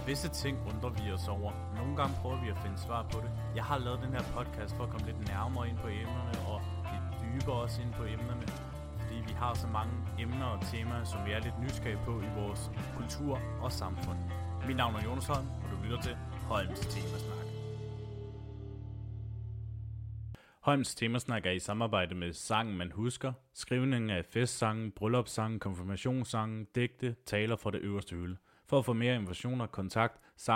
Visse ting undrer vi os over. Nogle gange prøver vi at finde svar på det. Jeg har lavet den her podcast for at komme lidt nærmere ind på emnerne og lidt dybere også ind på emnerne. Fordi vi har så mange emner og temaer, som vi er lidt nysgerrige på i vores kultur og samfund. Mit navn er Jonas Holm, og du lytter til Holms Temasnak. Holms Temasnak er i samarbejde med Sangen Man Husker, skrivningen af festsange, bryllupssange, konfirmationssange, digte, taler fra det øverste hylde. For at få mere informationer, kontakt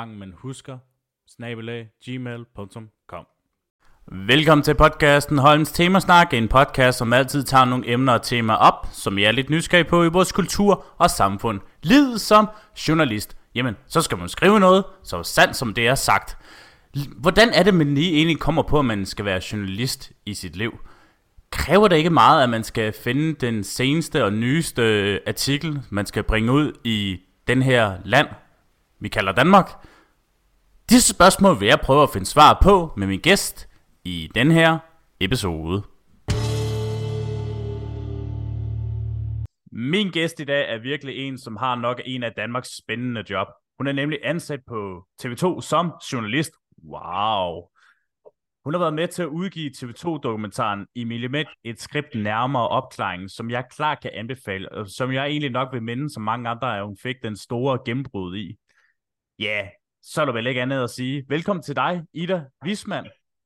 sangenmanhusker@gmail.com. Velkommen til podcasten Holms Temasnak, en podcast, som altid tager nogle emner og temaer op, som I er lidt nysgerrige på i vores kultur og samfund. Livet som journalist. Jamen, så skal man skrive noget, så sandt som det er sagt. Hvordan er det, man lige egentlig kommer på, at man skal være journalist i sit liv? Kræver det ikke meget, at man skal finde den seneste og nyeste artikel, man skal bringe ud i den her land, vi kalder Danmark? Disse spørgsmål vil jeg prøve at finde svar på med min gæst i den her episode. Min gæst i dag er virkelig en, som har nok en af Danmarks spændende job. Hun er nemlig ansat på TV2 som journalist. Wow! Hun har været med til at udgive TV2-dokumentaren I Millimeter, et skridt nærmere opklaringen, som jeg klart kan anbefale, og som jeg egentlig nok vil minde, som mange andre, at hun fik den store gennembrud i. Ja, så er der vel ikke andet at sige. Velkommen til dig, Ida Wismann.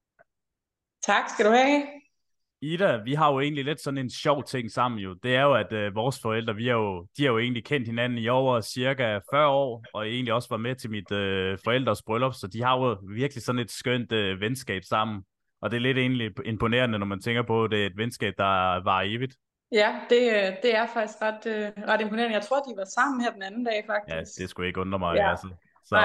Tak skal du have. Ida, vi har jo egentlig lidt sådan en sjov ting sammen jo. Det er jo, at vores forældre, de har jo egentlig kendt hinanden i over cirka 40 år, og egentlig også var med til mit forældres bryllup, så de har jo virkelig sådan et skønt venskab sammen. Og det er lidt egentlig imponerende, når man tænker på, at det er et venskab, der var evigt. Ja, det er faktisk ret imponerende. Jeg tror, de var sammen her den anden dag, faktisk. Ja, det skulle ikke undre mig, ja. Altså. Så,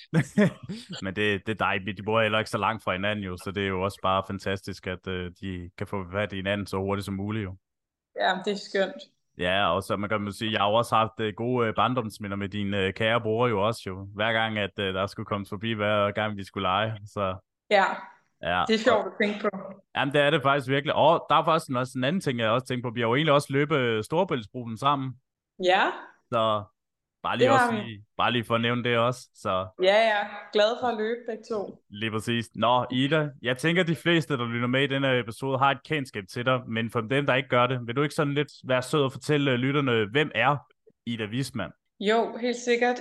men det er dejligt. De bor heller ikke så langt fra hinanden jo, så det er jo også bare fantastisk, at de kan få fat i hinanden så hurtigt som muligt jo. Ja, det er skønt. Ja, og så man kan sige, jeg har jo også haft gode barndomsminder med din kære bror jo også jo. Hver gang, at der skulle komme forbi, hver gang vi skulle lege. Så, ja, det er sjovt at tænke på. Jamen, det er det faktisk virkelig. Og der er faktisk også en anden ting, jeg også tænker på. Vi har jo egentlig også løbet Storebæltsbroen sammen. Ja. Så bare lige for at nævne det også. Så. Ja, glad for at løbe begge to. Lige præcis. Nå, Ida, jeg tænker, at de fleste, der lytter med i denne episode, har et kendskab til dig, men for dem, der ikke gør det, vil du ikke sådan lidt være sød og fortælle lytterne, hvem er Ida Wismann? Jo, helt sikkert.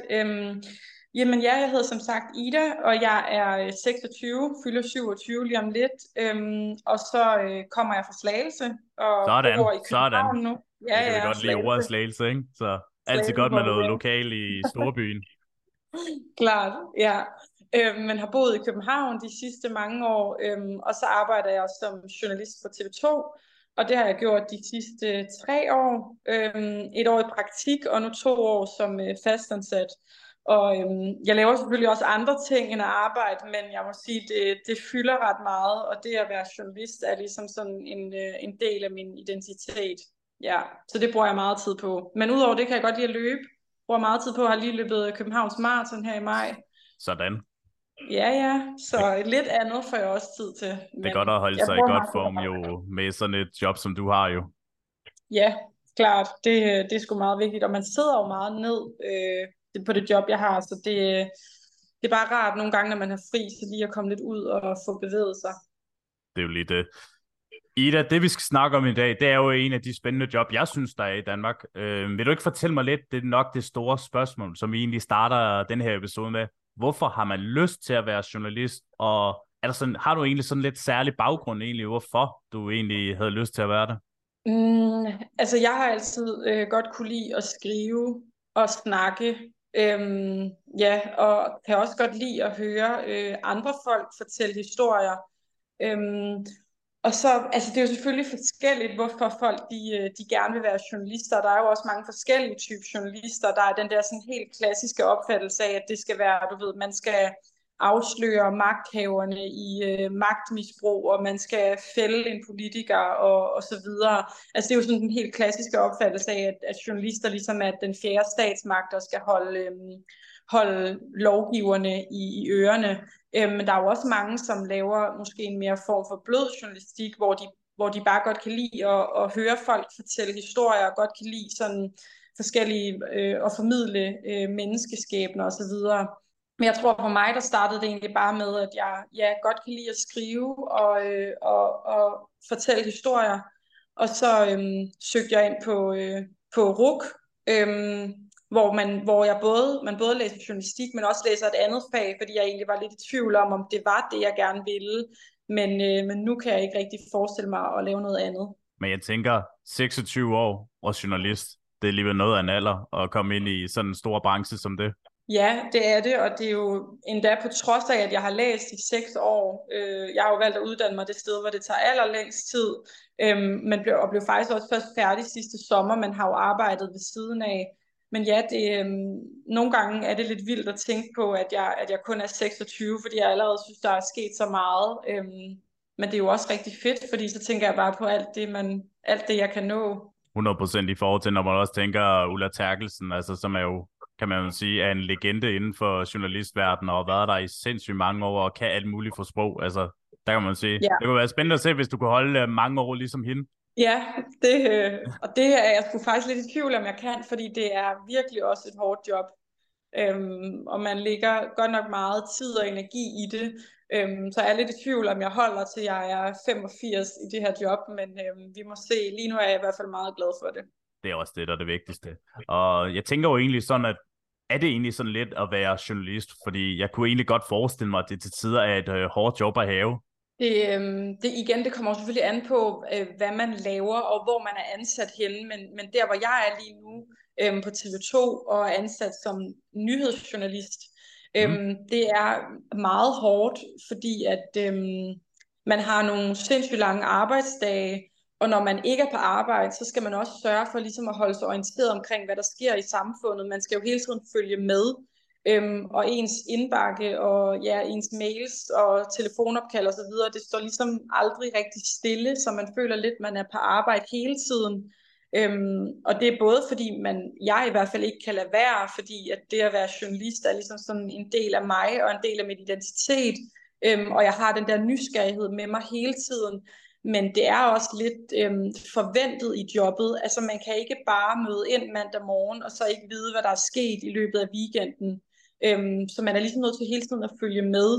Jamen ja, jeg hedder som sagt Ida, og jeg er 26, fylder 27 lige om lidt, og så kommer jeg fra Slagelse, og bor i København nu. Ja, jeg kan godt lide ordet Slagelse, ikke? Så altid godt med noget lokal i storbyen. Klart, ja. Men har boet i København de sidste mange år, og så arbejder jeg som journalist på TV2, og det har jeg gjort de sidste 3 år. 1 år i praktik, og nu 2 år som fastansat. Og jeg laver selvfølgelig også andre ting end at arbejde, men jeg må sige, det fylder ret meget, og det at være journalist er ligesom sådan en del af min identitet. Ja, så det bruger jeg meget tid på. Men udover det kan jeg godt lide at løbe. Bruger meget tid på at have lige løbet Københavns Marathon her i maj. Sådan. Ja, så lidt andet får jeg også tid til. Det er godt at holde sig i godt form jo med sådan et job, som du har jo. Ja, klart. Det er sgu meget vigtigt, og man sidder jo meget ned på det job, jeg har, så det er bare rart nogle gange, når man har fri, så lige at komme lidt ud og få bevæget sig. Det er jo lige det. Ida, det vi skal snakke om i dag, det er jo en af de spændende job, jeg synes, der er i Danmark. Vil du ikke fortælle mig lidt, det er nok det store spørgsmål, som vi egentlig starter den her episode med. Hvorfor har man lyst til at være journalist, og har du egentlig sådan lidt særlig baggrund egentlig, hvorfor du egentlig havde lyst til at være det? Altså, jeg har altid godt kunne lide at skrive og snakke, og kan også godt lide at høre andre folk fortælle historier. Og så, altså det er jo selvfølgelig forskelligt, hvorfor folk de gerne vil være journalister. Der er jo også mange forskellige typer journalister. Der er den der sådan helt klassiske opfattelse af, at det skal være, du ved, man skal afsløre magthaverne i magtmisbrug, og man skal fælde en politiker og så videre. Altså det er jo sådan den helt klassiske opfattelse af, at journalister ligesom er den fjerde statsmagt, der skal holde lovgiverne i ørerne. Men der er jo også mange, som laver måske en mere form for blød journalistik, hvor de bare godt kan lide at høre folk fortælle historier, og godt kan lide sådan forskellige at formidle menneskeskæbner og så videre. Men jeg tror for mig, der startede det egentlig bare med, at jeg godt kan lide at skrive og fortælle historier. Og så søgte jeg ind på RUC, hvor man både læser journalistik, men også læser et andet fag, fordi jeg egentlig var lidt i tvivl om det var det, jeg gerne ville. Men nu kan jeg ikke rigtig forestille mig at lave noget andet. Men jeg tænker, 26 år og journalist, det er alligevel noget af en alder at komme ind i sådan en stor branche som det. Ja, det er det, og det er jo endda på trods af, at jeg har læst i 6 år. Jeg har jo valgt at uddanne mig det sted, hvor det tager allerlængst tid, men blev faktisk også først færdig sidste sommer, men har jo arbejdet ved siden af. Men ja, nogle gange er det lidt vildt at tænke på, at jeg kun er 26, fordi jeg allerede synes, der er sket så meget. Men det er jo også rigtig fedt, fordi så tænker jeg bare på alt det jeg kan nå. 100% i forhold til, når man også tænker Ulla Terkelsen, altså som er jo, kan man jo sige, er en legende inden for journalistverdenen, og har været der i sindssygt mange år, og kan alt muligt for sprog. Altså, der kan man sige, Ja. det kunne være spændende at se, hvis du kunne holde mange år ligesom hende. Ja, og det er jeg sgu faktisk lidt i tvivl om, jeg kan, fordi det er virkelig også et hårdt job. Og man lægger godt nok meget tid og energi i det. Så jeg er lidt i tvivl, om jeg holder til jeg er 85 i det her job, men vi må se. Lige nu er jeg i hvert fald meget glad for det. Det er også det, der er det vigtigste. Og jeg tænker jo egentlig sådan, at er det egentlig sådan lidt at være journalist? Fordi jeg kunne egentlig godt forestille mig, at det til tider er et hårdt job at have. Det kommer jo selvfølgelig an på, hvad man laver, og hvor man er ansat henne, men der, hvor jeg er lige nu på TV2 og er ansat som nyhedsjournalist, det er meget hårdt, fordi at man har nogle sindssygt lange arbejdsdage, og når man ikke er på arbejde, så skal man også sørge for ligesom at holde sig orienteret omkring, hvad der sker i samfundet. Man skal jo hele tiden følge med. Og ens indbakke og ja, ens mails og telefonopkald og så videre, det står ligesom aldrig rigtig stille, så man føler lidt, man er på arbejde hele tiden. Og det er både fordi jeg i hvert fald ikke kan lade være, fordi at det at være journalist er ligesom sådan en del af mig og en del af min identitet, og jeg har den der nysgerrighed med mig hele tiden. Men det er også lidt forventet i jobbet. Altså man kan ikke bare møde ind mandag morgen og så ikke vide, hvad der er sket i løbet af weekenden. Så man er ligesom nødt til hele tiden at følge med,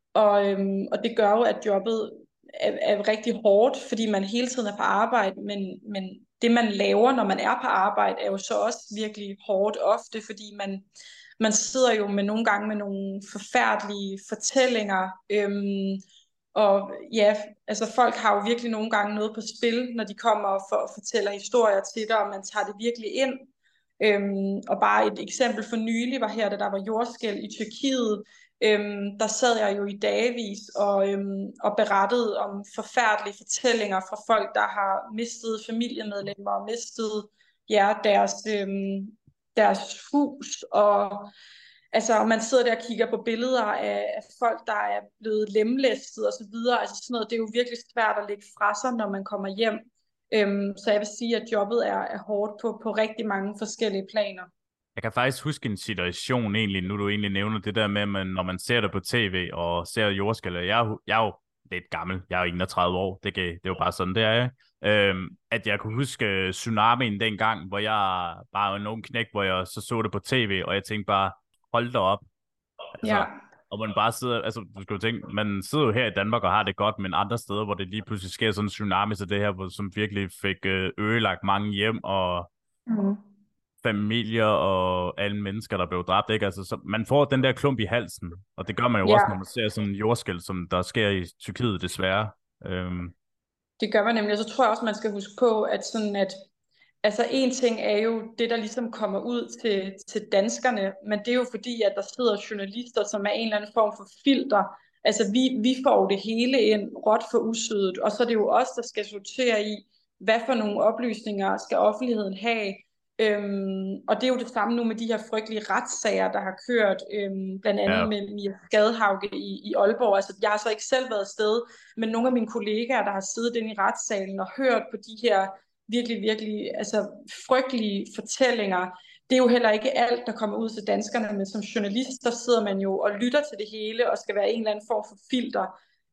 og det gør jo, at jobbet er rigtig hårdt, fordi man hele tiden er på arbejde, men det man laver, når man er på arbejde, er jo så også virkelig hårdt ofte, fordi man sidder jo nogle gange med nogle forfærdelige fortællinger, og ja, altså folk har jo virkelig nogle gange noget på spil, når de kommer og fortæller historier til dig, og man tager det virkelig ind. Og bare et eksempel for nylig var her, da der var jordskælv i Tyrkiet. Der sad jeg jo i dagevis og berettede om forfærdelige fortællinger fra folk, der har mistet familiemedlemmer og mistet deres hus. Og man sidder der og kigger på billeder af folk, der er blevet lemlæstet og så videre. Altså sådan noget, det er jo virkelig svært at lægge fra sig, når man kommer hjem. Så jeg vil sige, at jobbet er hårdt på rigtig mange forskellige planer. Jeg kan faktisk huske en situation egentlig, nu du egentlig nævner det der med, at når man ser det på tv og ser jordskælv, jeg er jo lidt gammel, jeg er jo 31 år, det er jo bare sådan, det er jeg. At jeg kunne huske tsunamien dengang, hvor jeg bare var en ung knæk, hvor jeg så det på tv, og jeg tænkte bare, hold da op. Altså, Ja. og man bare sidder, altså du skal jo tænke, man sidder jo her i Danmark og har det godt, men andre steder, hvor det lige pludselig sker sådan en tsunami, så det her, som virkelig fik ødelagt mange hjem og familier og alle mennesker, der blev dræbt, ikke? Altså, så man får den der klump i halsen, og det gør man jo også, når man ser sådan en jordskælv, som der sker i Tyrkiet, desværre. Det gør man nemlig, og så tror jeg også, man skal huske på, at altså en ting er jo det, der ligesom kommer ud til danskerne, men det er jo fordi, at der sidder journalister, som er en eller anden form for filter. Altså vi får det hele ind, råt for usødet, og så er det jo os, der skal sortere i, hvad for nogle oplysninger skal offentligheden have. Og det er jo det samme nu med de her frygtelige retssager, der har kørt, blandt andet med Mia Skadhauge i Aalborg. Altså jeg har så ikke selv været afsted, men nogle af mine kollegaer, der har siddet inde i retssalen og hørt på de her virkelig, virkelig altså frygtelige fortællinger. Det er jo heller ikke alt, der kommer ud til danskerne, men som journalist, der sidder man jo og lytter til det hele, og skal være en eller anden form for filter.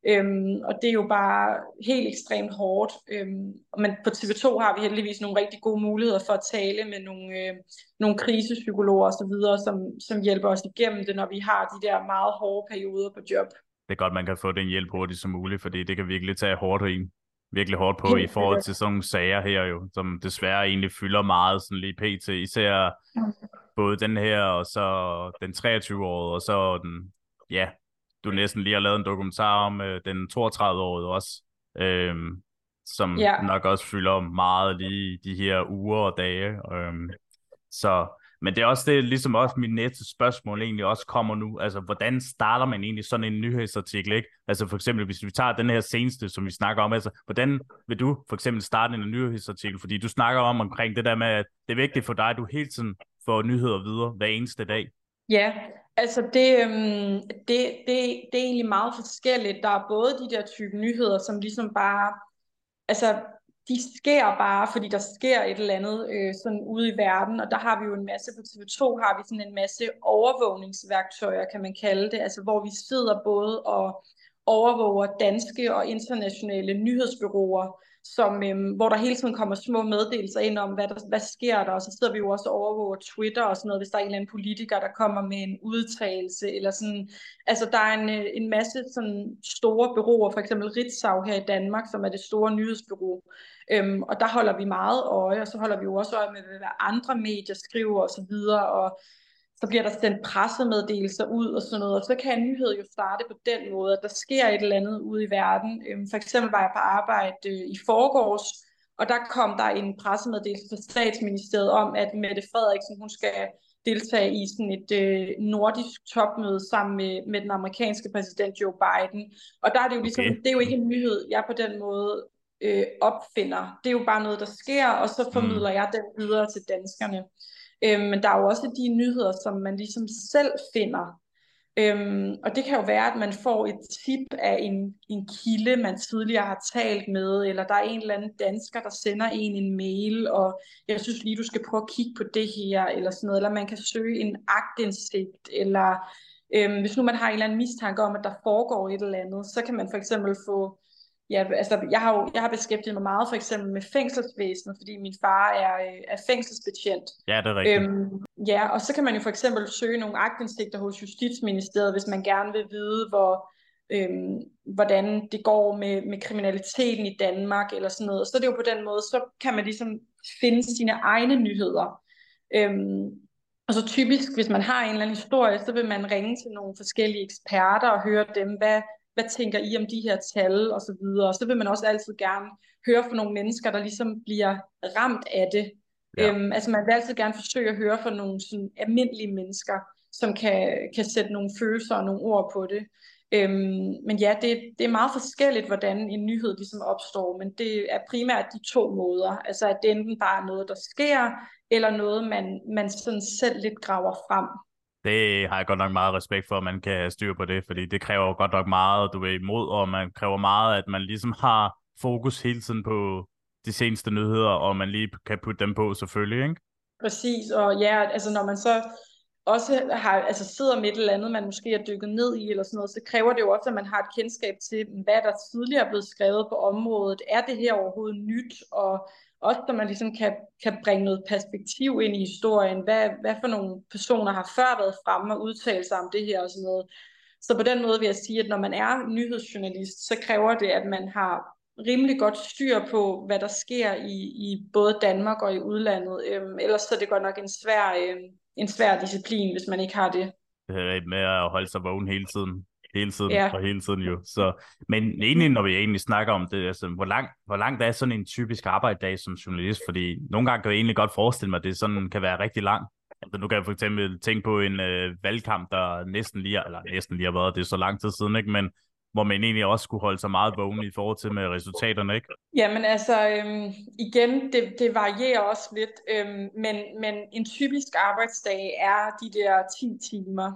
Og det er jo bare helt ekstremt hårdt. Men på TV2 har vi heldigvis nogle rigtig gode muligheder for at tale med nogle krisepsykologer osv., som hjælper os igennem det, når vi har de der meget hårde perioder på job. Det er godt, man kan få den hjælp hurtigt som muligt, fordi det kan virkelig tage hårdt i virkelig hårdt på i Helt forhold sikkert. til sådan nogle sager her jo, som desværre egentlig fylder meget sådan lige pt. Især både den her, og så den 23-årige, og så den, ja, du næsten lige har lavet en dokumentar om den 32-årige også, som Ja, nok også fylder meget lige de her uger og dage. Så, men det er også det, ligesom også mit næste spørgsmål egentlig også kommer nu. Altså, hvordan starter man egentlig sådan en nyhedsartikel, ikke? Altså, for eksempel, hvis vi tager den her seneste, som vi snakker om, altså, hvordan vil du for eksempel starte en nyhedsartikel? Fordi du snakker omkring det der med, at det er vigtigt for dig, at du hele tiden får nyheder videre hver eneste dag. ja, altså det er egentlig meget forskelligt. Der er både de der type nyheder, som ligesom bare, altså de sker bare, fordi der sker et eller andet sådan ude i verden, og der har vi jo en masse, på TV2 har vi sådan en masse overvågningsværktøjer, kan man kalde det, altså hvor vi sidder både og overvåger danske og internationale nyhedsbureauer, hvor der hele tiden kommer små meddelelser ind om, hvad sker der, og så sidder vi jo også og overvåger Twitter og sådan noget, hvis der er en eller anden politiker, der kommer med en udtalelse, eller sådan, altså der er en masse sådan store bureauer, for eksempel Ritzau her i Danmark, som er det store nyhedsbureau, og der holder vi meget øje, og så holder vi jo også øje med, hvad andre medier skriver og så videre, og så bliver der sendt pressemeddelelser ud og sådan noget, og så kan en nyhed jo starte på den måde, at der sker et eller andet ude i verden. For eksempel var jeg på arbejde i forgårs, og der kom der en pressemeddelelse fra statsministeriet om, at Mette Frederiksen, hun skal deltage i sådan et nordisk topmøde sammen med den amerikanske præsident Joe Biden. Og der er det jo ligesom, Okay. det er jo ikke en nyhed, jeg på den måde opfinder. Det er jo bare noget, der sker, og så formidler jeg den videre til danskerne. Men der er jo også de nyheder, som man ligesom selv finder. Og det kan jo være, at man får et tip af en kilde, man tidligere har talt med, eller der er en eller anden dansker, der sender en mail, og jeg synes lige, du skal prøve at kigge på det her, eller sådan noget, eller man kan søge en aktindsigt, eller hvis nu man har en eller anden mistanke om, at der foregår et eller andet, så kan man for eksempel få. Ja, altså jeg har beskæftiget mig meget for eksempel med fængselsvæsenet, fordi min far er fængselsbetjent. Ja, det er rigtigt. Ja, og så kan man jo for eksempel søge nogle aktindsigter hos Justitsministeriet, hvis man gerne vil vide, hvordan det går med kriminaliteten i Danmark eller sådan noget. Så er det jo på den måde, så kan man ligesom finde sine egne nyheder. Og så typisk, hvis man har en eller anden historie, så vil man ringe til nogle forskellige eksperter og høre dem, hvad tænker I om de her tal og så videre. Og så vil man også altid gerne høre fra nogle mennesker, der ligesom bliver ramt af det. Ja. Altså man vil altid gerne forsøge at høre fra nogle sådan almindelige mennesker, som kan sætte nogle følelser og nogle ord på det. Men ja, det er meget forskelligt, hvordan en nyhed ligesom opstår, men det er primært de to måder. Altså at det enten bare er noget, der sker, eller noget, man sådan selv lidt graver frem. Det har jeg godt nok meget respekt for, at man kan have styr på det, fordi det kræver jo godt nok meget, du er imod, og man kræver meget, at man ligesom har fokus hele tiden på de seneste nyheder, og man lige kan putte dem på selvfølgelig, ikke? Præcis, og ja, altså når man så også sidder med et eller andet, man måske er dykket ned i, eller sådan noget, så kræver det jo også, at man har et kendskab til, hvad der tidligere er blevet skrevet på området. Er det her overhovedet nyt? Og også, så man ligesom kan bringe noget perspektiv ind i historien. Hvad for nogle personer har før været fremme og udtalt sig om det her og sådan noget. Så på den måde vil jeg sige, at når man er nyhedsjournalist, så kræver det, at man har rimelig godt styr på, hvad der sker i både Danmark og i udlandet. Ellers så er det godt nok en svær disciplin, hvis man ikke har det. Det er med at holde sig vågen hele tiden. Hele tiden Ja. og hele tiden jo. Så, men egentlig, når vi egentlig snakker om det, altså, hvor langt er sådan en typisk arbejdsdag som journalist? Fordi nogle gange kan jeg egentlig godt forestille mig, at det sådan kan være rigtig lang. Altså, nu kan jeg for eksempel tænke på en valgkamp, der næsten lige har været, det er så lang tid siden, ikke? Men hvor man egentlig også skulle holde sig meget vågen i forhold til med resultaterne, ikke? Jamen altså, igen, det varierer også lidt, men en typisk arbejdsdag er de der 10 timer.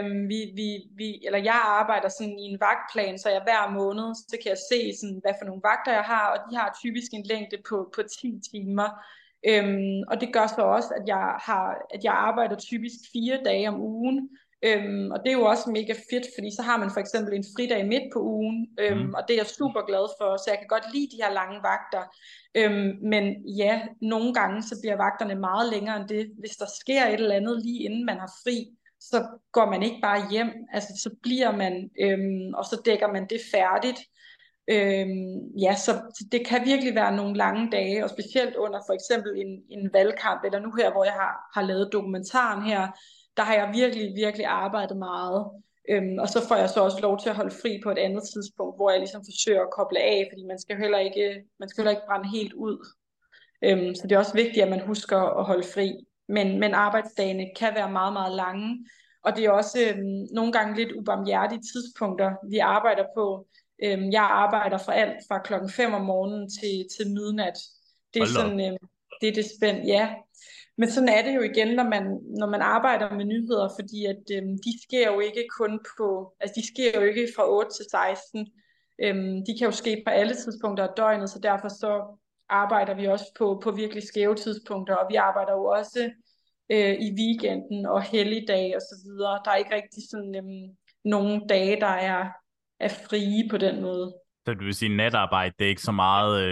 Eller jeg arbejder sådan i en vagtplan, så jeg hver måned, så kan jeg se sådan, hvad for nogle vagter jeg har, og de har typisk en længde på 10 timer. Og det gør så også, at jeg arbejder typisk 4 dage om ugen, Og det er jo også mega fedt, fordi så har man for eksempel en fridag midt på ugen, og det er jeg super glad for, så jeg kan godt lide de her lange vagter. Men ja, nogle gange så bliver vagterne meget længere end det. Hvis der sker et eller andet lige inden man har fri, så går man ikke bare hjem, altså så bliver man, og så dækker man det færdigt. Ja, så det kan virkelig være nogle lange dage, og specielt under for eksempel en valgkamp, eller nu her, hvor jeg har lavet dokumentaren her, der har jeg virkelig, virkelig arbejdet meget. Og så får jeg så også lov til at holde fri på et andet tidspunkt, hvor jeg ligesom forsøger at koble af, fordi man skal heller ikke brænde helt ud. Så det er også vigtigt, at man husker at holde fri. Men arbejdsdagene kan være meget, meget lange, og det er også nogle gange lidt ubarmhjertige tidspunkter, vi arbejder på. Jeg arbejder fra alt fra 5:00 om morgenen til midnat. Det er sådan, det er det spænd, ja. Men sådan er det jo igen, når man arbejder med nyheder, fordi at de sker jo ikke kun på, altså de sker jo ikke fra 8 til 16. De kan jo ske på alle tidspunkter af døgnet, så derfor så arbejder vi også på virkelig skæve tidspunkter, og vi arbejder jo også i weekenden og helligdage og så videre. Der er ikke rigtig sådan nogle dage, der er frie på den måde. Så du vil sige, natarbejde, det er ikke så meget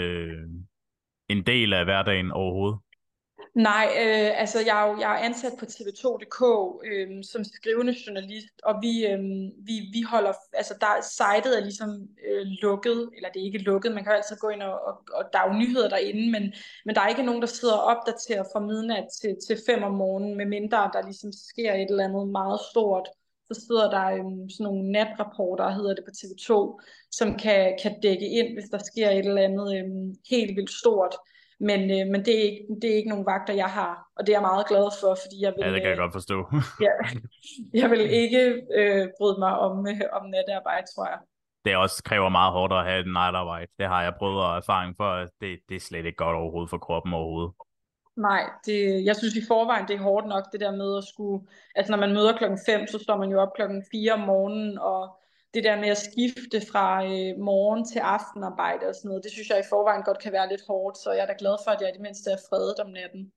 en del af hverdagen overhovedet? Nej, altså jeg er ansat på TV2.dk som skrivende journalist, og vi holder, altså sitet er ligesom lukket, eller det er ikke lukket, man kan jo altid gå ind og der er jo nyheder derinde, men der er ikke nogen, der sidder og opdaterer fra midnat til 5 om morgenen, medmindre der ligesom sker et eller andet meget stort. Så sidder der sådan nogle natrapporter, hedder det på TV2, som kan dække ind, hvis der sker et eller andet helt vildt stort. Men det er ikke nogen vagter, jeg har, og det er jeg meget glad for, fordi jeg vil, ja, det kan jeg godt forstå. ja, jeg vil ikke bryde mig om natarbejde, tror jeg. Det også kræver meget hårdt at have et natarbejde. Det har jeg prøvet og erfaring for, at det er slet ikke godt overhovedet for kroppen overhovedet. Nej, jeg synes i forvejen, det er hårdt nok, det der med at skulle, altså når man møder 5:00, så står man jo op 4:00 om morgenen, og det der med at skifte fra morgen til aftenarbejde og sådan noget, det synes jeg i forvejen godt kan være lidt hårdt, så jeg er da glad for, at jeg i det mindste er fredet om natten.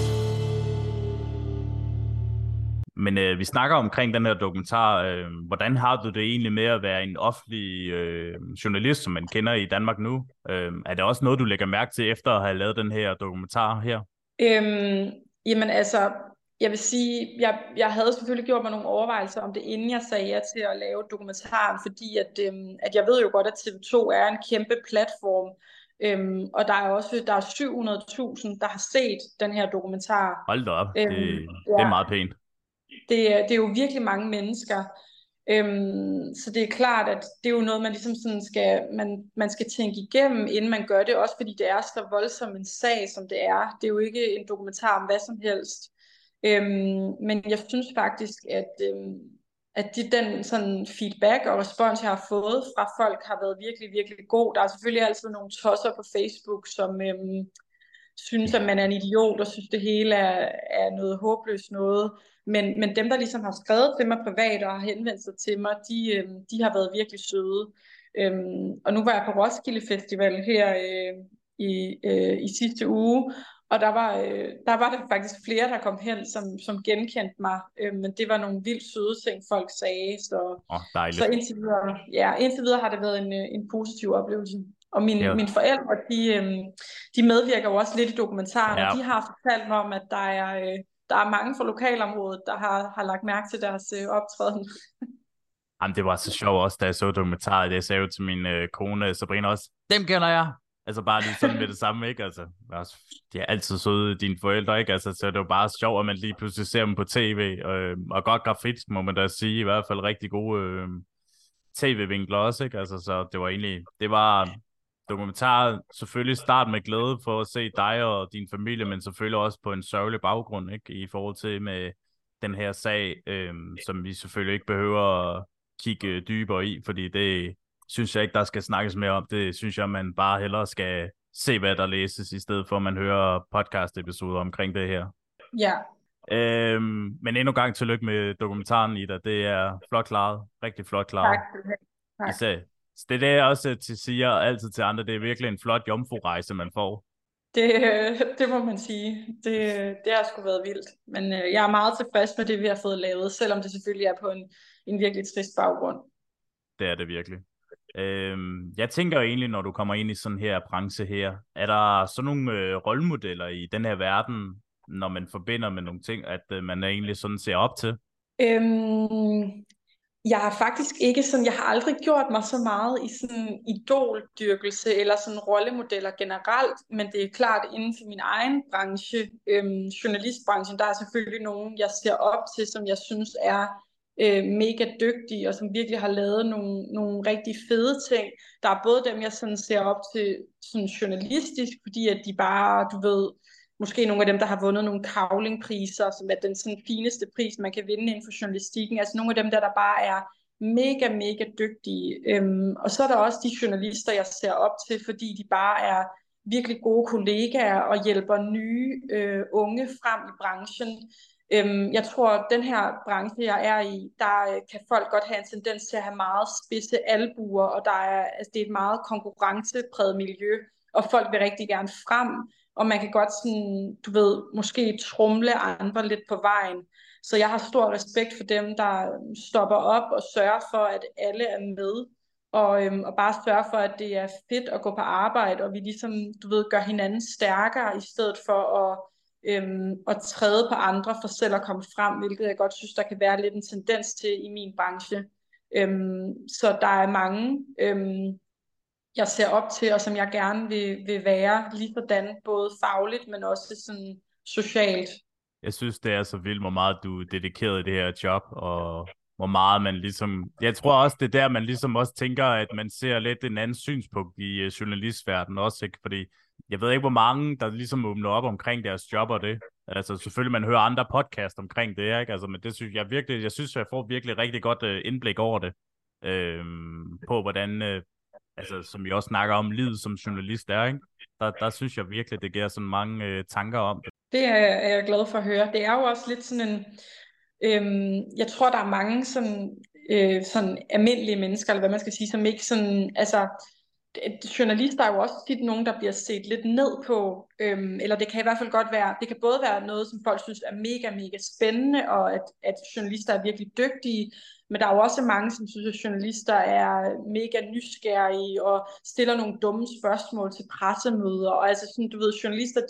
Men vi snakker omkring den her dokumentar. Hvordan har du det egentlig med at være en offentlig journalist, som man kender i Danmark nu? Er det også noget, du lægger mærke til efter at have lavet den her dokumentar her? Jamen altså, jeg vil sige, jeg havde selvfølgelig gjort mig nogle overvejelser om det, inden jeg sagde ja til at lave dokumentaren, fordi at jeg ved jo godt, at TV2 er en kæmpe platform, og der er 700.000, der har set den her dokumentar. Hold da op, det er meget pænt. Det er jo virkelig mange mennesker. Så det er klart, at det er jo noget, man ligesom sådan man skal tænke igennem, inden man gør det, også fordi det er så voldsom en sag, som det er. Det er jo ikke en dokumentar om hvad som helst. Men jeg synes faktisk, at den sådan feedback og respons, jeg har fået fra folk, har været virkelig, virkelig god. Der er selvfølgelig altid nogle tosser på Facebook, som synes, at man er en idiot og synes, det hele er noget håbløst noget. Men dem, der ligesom har skrevet til mig privat og har henvendt sig til mig, de har været virkelig søde. Og nu var jeg på Roskilde Festival her i sidste uge, og der var der faktisk flere, der kom hen, som genkendte mig. Men det var nogle vildt søde ting, folk sagde. Så indtil videre har det været en positiv oplevelse. Og mine forældre, de medvirker jo også lidt i dokumentaren, og de har fortalt mig om, at der er mange fra lokalområdet, der har lagt mærke til deres optræden. Jamen, det var så sjovt også, da jeg så dokumentaren. Det sagde jo til min kone Sabrina også, dem kender jeg. Altså bare lige sådan med det samme, ikke? Altså, de er altid søde, dine forældre, ikke? Altså, så det var bare sjovt, at man lige pludselig ser dem på tv. Og godt grafisk, må man da sige. I hvert fald rigtig gode tv-vinkler også, ikke? Altså, så det var dokumentar selvfølgelig start med glæde for at se dig og din familie, men selvfølgelig også på en sørgelig baggrund, ikke? I forhold til med den her sag, som vi selvfølgelig ikke behøver at kigge dybere i, fordi det synes jeg ikke, der skal snakkes mere om. Det synes jeg, man bare hellere skal se, hvad der læses, i stedet for at man hører podcast-episoder omkring det her. Ja. Men endnu gang tillykke med dokumentaren, Ida. Det er flot klaret. Rigtig flot klaret. Tak. Især. Det er det, jeg også siger altid til andre. Det er virkelig en flot jomfrurejse, man får. Det må man sige. Det har sgu været vildt. Men jeg er meget tilfreds med det, vi har fået lavet, selvom det selvfølgelig er på en virkelig trist baggrund. Det er det virkelig. Jeg tænker jo egentlig, når du kommer ind i sådan her branche her, er der sådan nogle rollemodeller i den her verden, når man forbinder med nogle ting, at man egentlig sådan ser op til? Øhm, Jeg har faktisk ikke sådan, jeg har aldrig gjort mig så meget i sådan idoldyrkelse eller sådan rollemodeller generelt, men det er klart inden for min egen branche, journalistbranchen, der er selvfølgelig nogen, jeg ser op til, som jeg synes er mega dygtige, og som virkelig har lavet nogle rigtig fede ting. Der er både dem, jeg sådan ser op til sådan journalistisk, fordi at de bare, du ved, måske nogle af dem, der har vundet nogle Cavling-priser, som er den sådan fineste pris, man kan vinde inden for journalistikken. Altså nogle af dem, der bare er mega, mega dygtige. Og så er der også de journalister, jeg ser op til, fordi de bare er virkelig gode kollegaer og hjælper nye unge frem i branchen. Jeg tror, at den her branche, jeg er i, der kan folk godt have en tendens til at have meget spidse albuer, og altså, det er et meget konkurrencepræget miljø, og folk vil rigtig gerne frem, og man kan godt sådan, du ved, måske tromle andre lidt på vejen. Så jeg har stor respekt for dem, der stopper op og sørger for, at alle er med, og bare sørge for, at det er fedt at gå på arbejde, og vi ligesom, du ved, gør hinanden stærkere, i stedet for at træde på andre for selv at komme frem, hvilket jeg godt synes, der kan være lidt en tendens til i min branche. Så der er mange, jeg ser op til, og som jeg gerne vil være lige sådan, både fagligt, men også sådan socialt. Jeg synes, det er så vildt, hvor meget du er dedikeret i det her job, og hvor meget man ligesom... Jeg tror også, det er der, man ligesom også tænker, at man ser lidt en anden synspunkt i journalistverdenen også, ikke? Fordi jeg ved ikke, hvor mange, der ligesom åbner op omkring deres job og det. Altså selvfølgelig, man hører andre podcast omkring det, ikke? Altså, men det synes jeg virkelig, jeg får virkelig rigtig godt indblik over det. På hvordan, altså som vi også snakker om, livet som journalist er, ikke? Der synes jeg virkelig, det giver sådan mange tanker om det. Det er jeg glad for at høre. Det er jo også lidt sådan en, jeg tror, der er mange sådan almindelige mennesker, eller hvad man skal sige, som ikke sådan, altså, journalister er jo også tit nogen, der bliver set lidt ned på, eller det kan i hvert fald godt være, det kan både være noget, som folk synes er mega, mega spændende, og at journalister er virkelig dygtige, men der er jo også mange, som synes, at journalister er mega nysgerrige, og stiller nogle dumme spørgsmål til pressemøder, og altså sådan, du ved, journalister,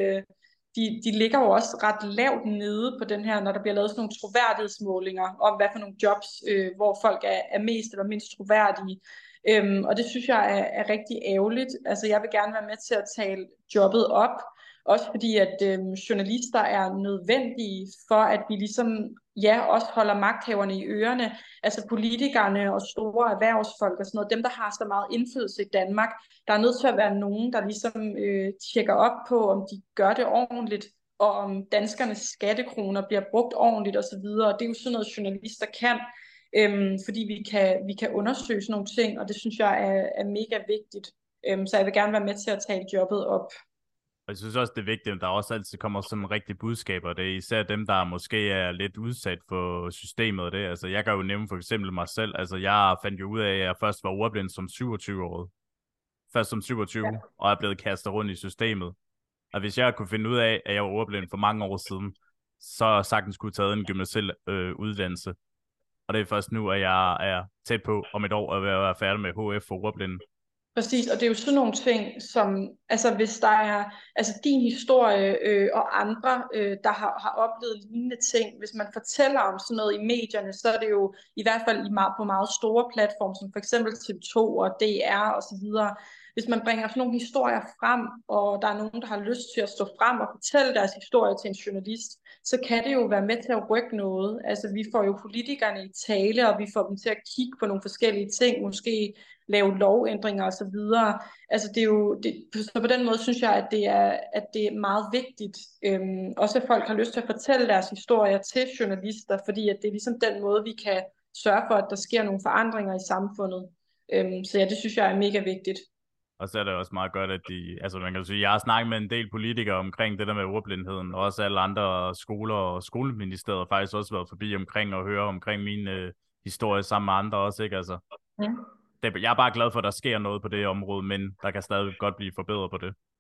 de ligger jo også ret lavt nede på den her, når der bliver lavet sådan nogle troværdighedsmålinger om, hvad for nogle jobs, hvor folk er mest eller mindst troværdige. Og det synes jeg er rigtig ærgerligt. Altså jeg vil gerne være med til at tale jobbet op, også fordi at journalister er nødvendige for, at vi ligesom, ja, også holder magthaverne i ørerne, altså politikerne og store erhvervsfolk og sådan noget, dem der har så meget indflydelse i Danmark, der er nødt til at være nogen, der ligesom tjekker op på, om de gør det ordentligt, og om danskernes skattekroner bliver brugt ordentligt osv. Og det er jo sådan noget, journalister kan, fordi vi kan undersøge sådan nogle ting, og det synes jeg er mega vigtigt. Så jeg vil gerne være med til at tale jobbet op. Og jeg synes også, det er vigtigt, at der også altid kommer sådan rigtige budskaber. Det er især dem, der måske er lidt udsat for systemet og det. Altså, jeg kan jo nævne for eksempel mig selv. Altså, jeg fandt jo ud af, at jeg først var ordblind som 27-årig. Først som 27, ja. Og er blevet kastet rundt i systemet. Og hvis jeg kunne finde ud af, at jeg var ordblind for mange år siden, så sagtens kunne taget en gymnasial uddannelse. Og det er først nu, at jeg er tæt på om et år at være færdig med HF for ordblinde. Præcis, og det er jo sådan nogle ting, som, altså hvis der er, altså din historie og andre, der har oplevet lignende ting, hvis man fortæller om sådan noget i medierne, så er det jo i hvert fald på meget store platforme, som for eksempel TV2 og DR og så videre. Hvis man bringer sådan nogle historier frem, og der er nogen, der har lyst til at stå frem og fortælle deres historie til en journalist, så kan det jo være med til at rykke noget. Altså vi får jo politikerne i tale, og vi får dem til at kigge på nogle forskellige ting, måske lave lovændringer og så videre. Altså det er jo, så på den måde synes jeg, at det er meget vigtigt. Også at folk har lyst til at fortælle deres historier til journalister, fordi at det er ligesom den måde, vi kan sørge for, at der sker nogle forandringer i samfundet. Så ja, det synes jeg er mega vigtigt. Og så er det også meget godt, at altså man kan sige, jeg har snakket med en del politikere omkring det der med ordblindheden, og også alle andre skoler og skoleministeriet har faktisk også været forbi omkring og høre omkring min historie sammen med andre også, ikke? Altså, jeg er bare glad for, at der sker noget på det område, men der kan stadig godt blive forbedret på det.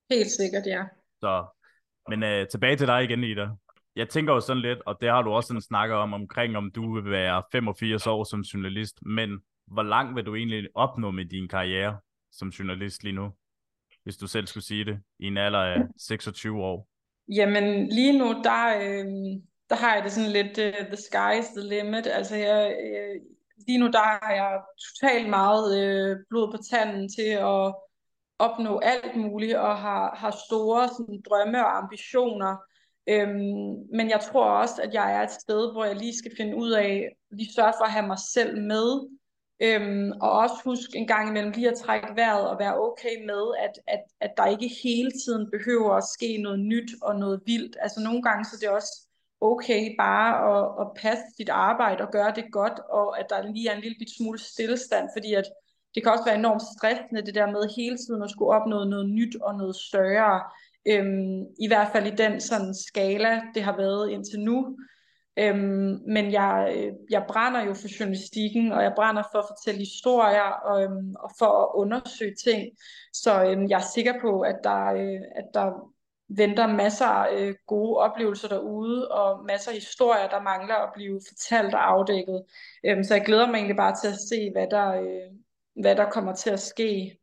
Helt sikkert, ja. Så, men tilbage til dig igen, Ida. Jeg tænker jo sådan lidt, og det har du også sådan snakket omkring, om du vil være 85 år som journalist, men hvor langt vil du egentlig opnå med din karriere som journalist lige nu, hvis du selv skulle sige det, i en alder af 26 år? Jamen lige nu, der har jeg det sådan lidt, the sky is the limit. Altså lige nu, der har jeg totalt meget blod på tanden til at opnå alt muligt, og har store sådan, drømme og ambitioner. Men jeg tror også, at jeg er et sted, hvor jeg lige skal finde ud af, lige sørge for at have mig selv med, og også huske en gang imellem lige at trække vejret og være okay med, at der ikke hele tiden behøver at ske noget nyt og noget vildt. Altså nogle gange så er det også okay bare at passe sit arbejde og gøre det godt, og at der lige er en lille bit smule stillestand, fordi at det kan også være enormt stressende det der med hele tiden at skulle opnå noget nyt og noget større. I hvert fald i den sådan skala, det har været indtil nu. Men jeg brænder jo for journalistikken, og jeg brænder for at fortælle historier og for at undersøge ting. Så jeg er sikker på, at der venter masser af gode oplevelser derude, og masser af historier, der mangler at blive fortalt og afdækket. Så jeg glæder mig egentlig bare til at se, hvad der kommer til at ske.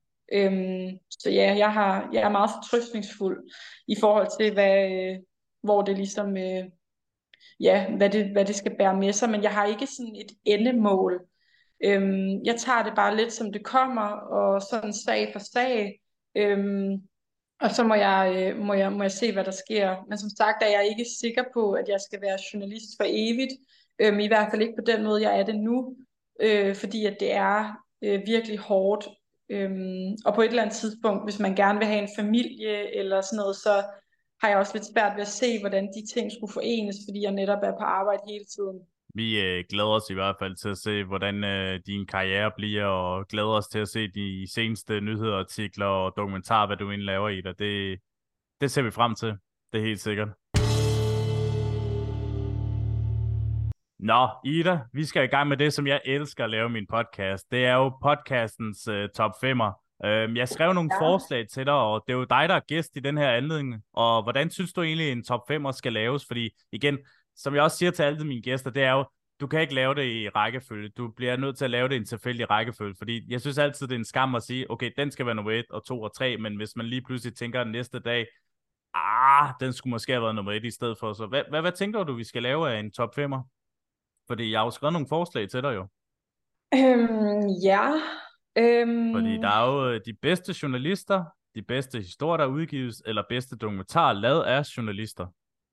Så ja, jeg er meget fortrøstningsfuld i forhold til, hvor det ligesom... ja, hvad det skal bære med sig, men jeg har ikke sådan et endemål. Jeg tager det bare lidt som det kommer, og sådan sag for sag, øhm, og så må jeg se, hvad der sker. Men som sagt er jeg ikke sikker på, at jeg skal være journalist for evigt, i hvert fald ikke på den måde, jeg er det nu, fordi at det er virkelig hårdt. Og på et eller andet tidspunkt, hvis man gerne vil have en familie eller sådan noget, så har jeg også lidt svært ved at se, hvordan de ting skulle forenes, fordi jeg netop er på arbejde hele tiden. Vi glæder os i hvert fald til at se, hvordan din karriere bliver, og glæder os til at se de seneste nyheder, artikler og dokumentarer, hvad du egentlig laver i det. Det ser vi frem til. Det er helt sikkert. Nå, Ida, vi skal i gang med det, som jeg elsker at lave i min podcast. Det er jo podcastens top 5'er. Jeg skrev nogle Ja. forslag til dig, og det er jo dig, der er gæst i den her anledning. Og hvordan synes du egentlig, en top 5'er skal laves? Fordi igen, som jeg også siger til alle mine gæster, det er jo, du kan ikke lave det i rækkefølge. Du bliver nødt til at lave det i en tilfældig rækkefølge. Fordi jeg synes altid, det er en skam at sige, okay, den skal være nummer 1 og 2 og 3, men hvis man lige pludselig tænker næste dag, den skulle måske have været nummer 1 i stedet for. Så hvad tænker du, vi skal lave af en top 5'er? Fordi jeg har jo skrevet nogle forslag til dig jo. Ja. Fordi der Øhm, er jo de bedste journalister, de bedste historier, der udgives, eller bedste dokumentarer lavet af journalister.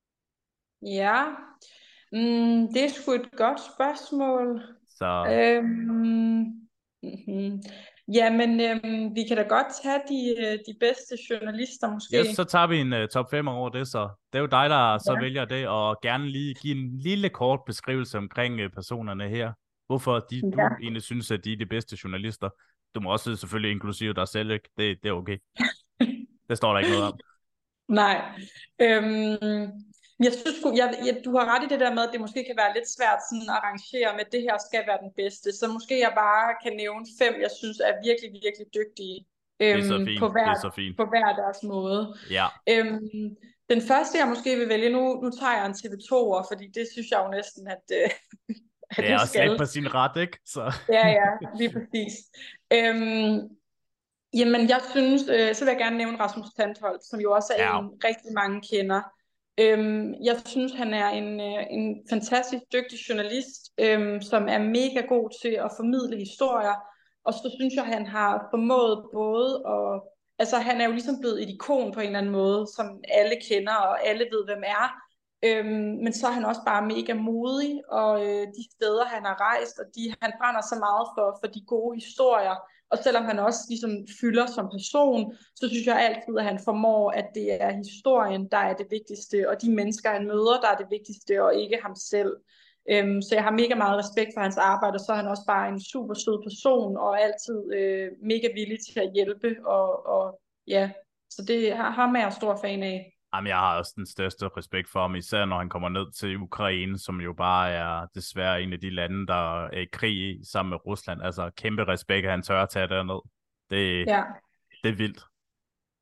ja. Det er sgu et godt spørgsmål. Så Øhm, mhm. Jamen, vi kan da godt tage de bedste journalister yes, måske. så tager vi en top 5 over det, så det er jo dig, der så Ja. vælger det, og gerne lige give en lille kort beskrivelse omkring personerne her. Hvorfor du Ja. egentlig synes, at de er de bedste journalister. Du må også selvfølgelig inklusive dig selv, ikke? Det er okay. Det står der ikke noget om. Nej. Øhm, jeg synes du har ret i det der med, at det måske kan være lidt svært sådan at arrangere med, at det her skal være den bedste. Så måske jeg bare kan nævne 5, jeg synes er virkelig, virkelig dygtige Det er så på fint. Det er så fint. deres måde. Ja. Øhm, den første, jeg måske vil vælge nu tager jeg en TV2'er, fordi det synes jeg jo næsten, at Det du er også lidt skal. på sin ret, ikke? Så. Ja, lige præcis. Øhm, Jamen, jeg synes, så vil jeg gerne nævne Rasmus Tandholt, som jo også er Ja, en, rigtig mange kender. Jeg synes, han er en fantastisk dygtig journalist, som er mega god til at formidle historier. Og så synes jeg, han har formået både at... Altså, han er jo ligesom blevet et ikon på en eller anden måde, som alle kender, og alle ved, hvem er. Men så er han også bare mega modig, og de steder, han har rejst, og han brænder så meget for de gode historier. Og selvom han også ligesom fylder som person, så synes jeg altid, at han formår, at det er historien, der er det vigtigste, og de mennesker, han møder, der er det vigtigste, og ikke ham selv. Så jeg har mega meget respekt for hans arbejde, og så er han også bare en super sød person, og altid mega villig til at hjælpe, og ja, så det har ham er jeg stor fan af. jamen, jeg har også den største respekt for ham, især når han kommer ned til Ukraine, som jo bare er desværre en af de lande, der er i krig i, sammen med Rusland. Altså kæmpe respekt, at han tør at tage derned. Det, Ja. det er vildt.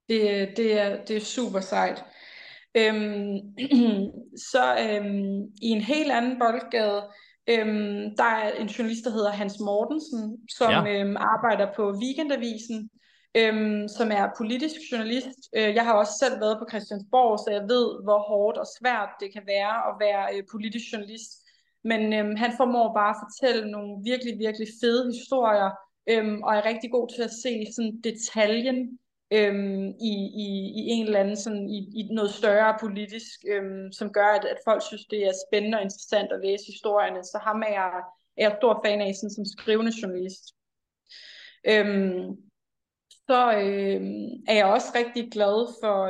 Det er super sejt. Øhm, så i en helt anden boldgade, der er en journalist, der hedder Hans Mortensen, som Ja, arbejder på Weekendavisen, som er politisk journalist. Jeg har også selv været på Christiansborg, så jeg ved, hvor hårdt og svært det kan være at være politisk journalist. Men han formår bare at fortælle nogle virkelig, virkelig fede historier, og er rigtig god til at se sådan detaljen i en eller anden sådan, i noget større politisk, som gør, at folk synes, det er spændende og interessant at læse historierne. Så ham er jeg stor fan af sådan, som skrivende journalist. Øhm, så er jeg også rigtig glad for,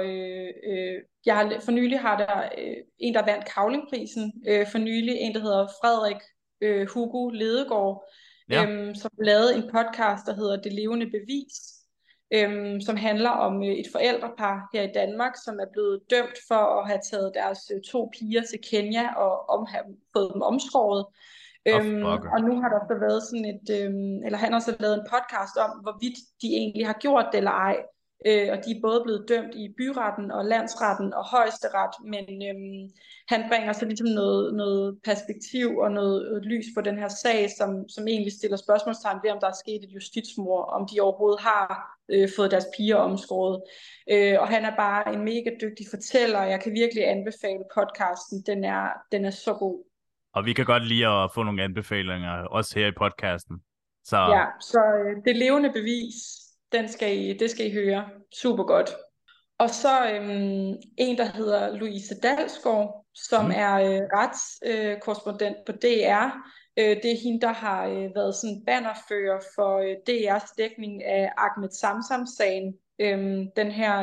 for nylig har der en, der vandt Cavlingprisen, for nylig en, der hedder Frederik Hugo Ledegaard, ja. som lavede en podcast, der hedder Det Levende Bevis, som handler om et forældrepar her i Danmark, som er blevet dømt for at have taget deres to piger til Kenya og have fået dem omskåret. Og nu har der så været sådan eller han har så lavet en podcast om, hvorvidt de egentlig har gjort det eller ej. Og de er både blevet dømt i byretten og landsretten og højesteret, men han bringer så ligesom noget perspektiv og noget lys på den her sag, som egentlig stiller spørgsmålstegn ved, om der er sket et justitsmord, om de overhovedet har fået deres piger omskåret. Og han er bare en mega dygtig fortæller. Jeg kan virkelig anbefale podcasten. Den er så god. Og vi kan godt lide at få nogle anbefalinger, også her i podcasten. Så Ja, så Det Levende Bevis, det skal I høre. Super godt. Og så en, der hedder Louise Dalsgaard, som er retskorrespondent på DR. Det er hende, der har været sådan bannerfører for DR's dækning af Ahmed Samsam-sagen. Den her,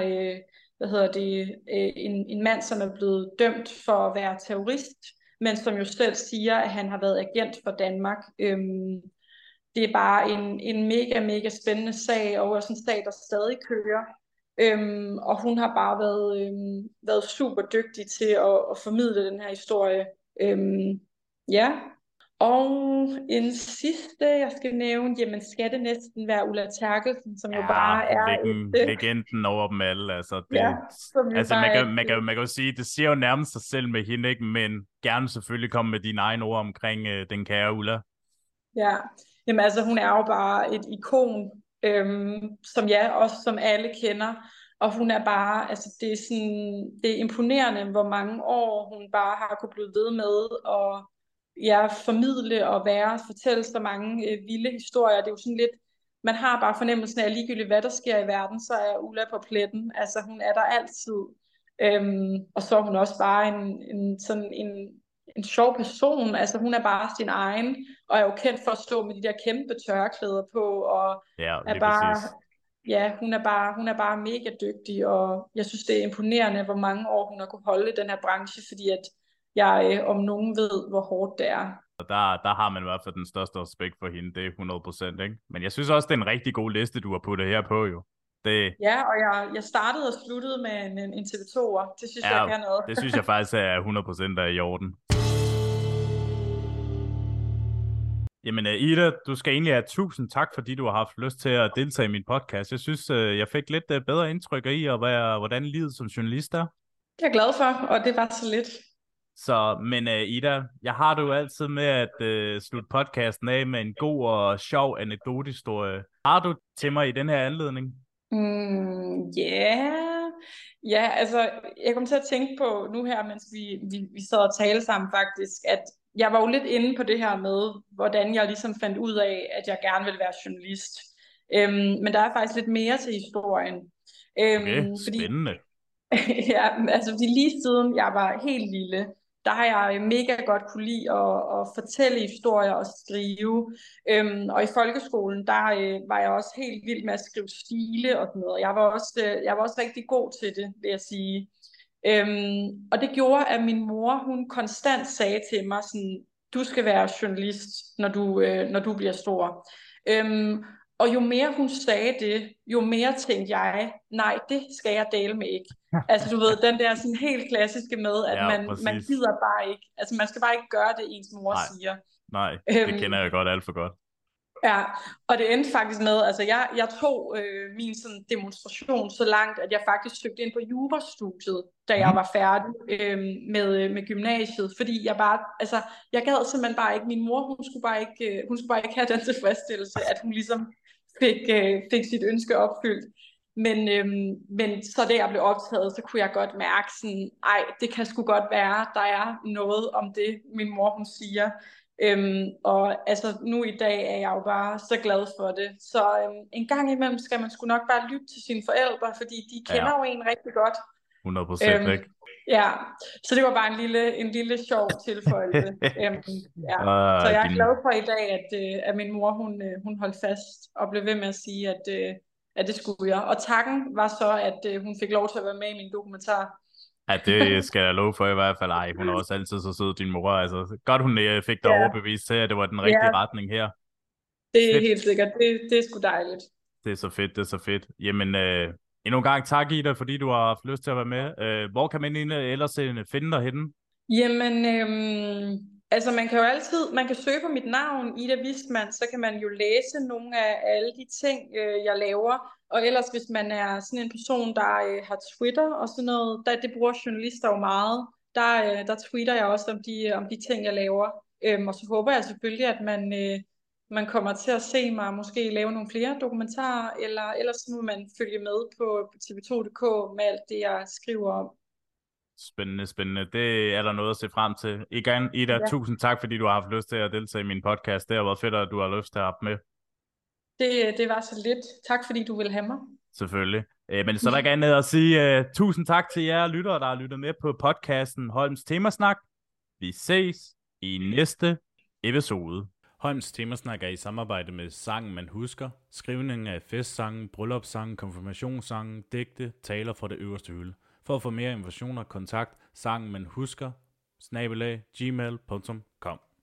en mand, som er blevet dømt for at være terrorist, men som jo selv siger, at han har været agent for Danmark. Det er bare en mega, mega spændende sag, og også en sag, der stadig kører. Og hun har bare været super dygtig til at formidle den her historie. Ja. Og en sidste, jeg skal nævne, jamen skal det næsten være Ulla Terkelsen, som jo bare er legenden over dem alle. Altså, ja, som jo altså bare man kan jo sige, det siger jo nærmest sig selv med hende, ikke? Men gerne selvfølgelig komme med dine egne ord omkring den kære Ulla. Ja, jamen altså hun er jo bare et ikon, som alle kender. Og hun er bare, altså det er imponerende, hvor mange år hun bare har kunne blive ved med at formidle og fortælle så mange vilde historier. Det er jo sådan lidt, man har bare fornemmelsen af, at ligegyldigt hvad der sker i verden, så er Ulla på pletten. Altså hun er der altid. Og så er hun også bare en sjov person. Altså hun er bare sin egen, og er jo kendt for at stå med de der kæmpe tørklæder på, og Ja, er bare, ja, hun er bare mega dygtig, og jeg synes, det er imponerende, hvor mange år hun har kunne holde i den her branche, fordi at jeg om nogen ved, hvor hårdt det er. Og der har man i hvert fald den største respekt for hende, det er 100%, ikke? Men jeg synes også, det er en rigtig god liste, du har puttet her på, jo. Ja, og jeg startede og sluttede med en TV2'er. Det synes jeg kan noget. Det synes jeg faktisk er 100% er i orden. Jamen Ida, du skal egentlig have tusind tak, fordi du har haft lyst til at deltage i min podcast. Jeg synes, jeg fik lidt bedre indtryk i, hvordan livet som journalist er. Det er jeg glad for, og det var så lidt. Men Ida, jeg har du altid med at slutte podcasten af med en god og sjov anekdotehistorie. Har du til mig i den her anledning? Ja, altså jeg kom til at tænke på nu her, mens vi sad og talte sammen faktisk, at jeg var jo lidt inde på det her med, hvordan jeg ligesom fandt ud af, at jeg gerne ville være journalist. Men der er faktisk lidt mere til historien. Okay, spændende. Ja, altså fordi lige siden jeg var helt lille, der har jeg mega godt kunne lide at fortælle historier og skrive. Og i folkeskolen, der var jeg også helt vild med at skrive stile og sådan noget. Jeg var også rigtig god til det, vil jeg sige. Og det gjorde, at min mor, hun konstant sagde til mig sådan, du skal være journalist, når du bliver stor. Og jo mere hun sagde det, jo mere tænkte jeg, nej, det skal jeg dele med ikke. Altså du ved, den der sådan helt klassiske med, at man gider bare ikke, altså man skal bare ikke gøre det, ens mor siger. Nej, det kender jeg godt alt for godt. Ja, og det endte faktisk med, altså jeg tog min sådan demonstration så langt, at jeg faktisk søgte ind på jurastudiet, da jeg var færdig med gymnasiet, fordi jeg bare, altså jeg gad simpelthen bare ikke, min mor, hun skulle bare ikke have den tilfredsstillelse, at hun ligesom fik sit ønske opfyldt. Men så da jeg blev optaget, så kunne jeg godt mærke sådan, ej, det kan sgu godt være, der er noget om det, min mor hun siger. Og altså nu i dag er jeg jo bare så glad for det. Så en gang imellem skal man sgu nok bare lytte til sine forældre, fordi de kender Ja, jo en rigtig godt. 100%, ikke? Ja, så det var bare en lille sjov tilføjelse. Ja. Så jeg er glad for i dag, at min mor hun holdt fast og blev ved med at sige, at det skulle jeg. Og takken var så, at hun fik lov til at være med i min dokumentar. Ja, det skal jeg love for i hvert fald. Ej, hun er også altid så sød, din mor. Altså, godt hun fik dig Ja, overbevist til, at det var den rigtige ja, retning her. det er Fedt. helt sikkert. Det er sgu dejligt. Det er så fedt, det er så fedt. Jamen, endnu en gang tak, Ida, fordi du har haft lyst til at være med. Hvor kan man egentlig ellers finde dig henne? Jamen, altså man kan jo altid, man kan søge på mit navn, Ida Wistmann, så kan man jo læse nogle af alle de ting, jeg laver. Og ellers, hvis man er sådan en person, der har Twitter og sådan noget, det bruger journalister jo meget, der tweeter jeg også om de ting, jeg laver. Og så håber jeg selvfølgelig, at man kommer til at se mig måske lave nogle flere dokumentarer, eller ellers så må man følge med på tv2.dk med alt det, jeg skriver om. Spændende, spændende. Det er der noget at se frem til. Igen, Ida, Ja. tusind tak, fordi du har haft lyst til at deltage i min podcast. Det har været fedt, at du har lyst til at have med. Det var så lidt. Tak fordi du ville have mig. Selvfølgelig. Men så er der ikke andet at sige. Tusind tak til jer lyttere, der har lyttet med på podcasten Holms Temasnak. Vi ses i næste episode. Holms Temasnak er i samarbejde med Sangen Man Husker, skrivning af festsange, bryllupssange, konfirmationssange, digte, taler fra det øverste hylde. For at få mere informationer, kontakt sangen man husker, @gmail.com.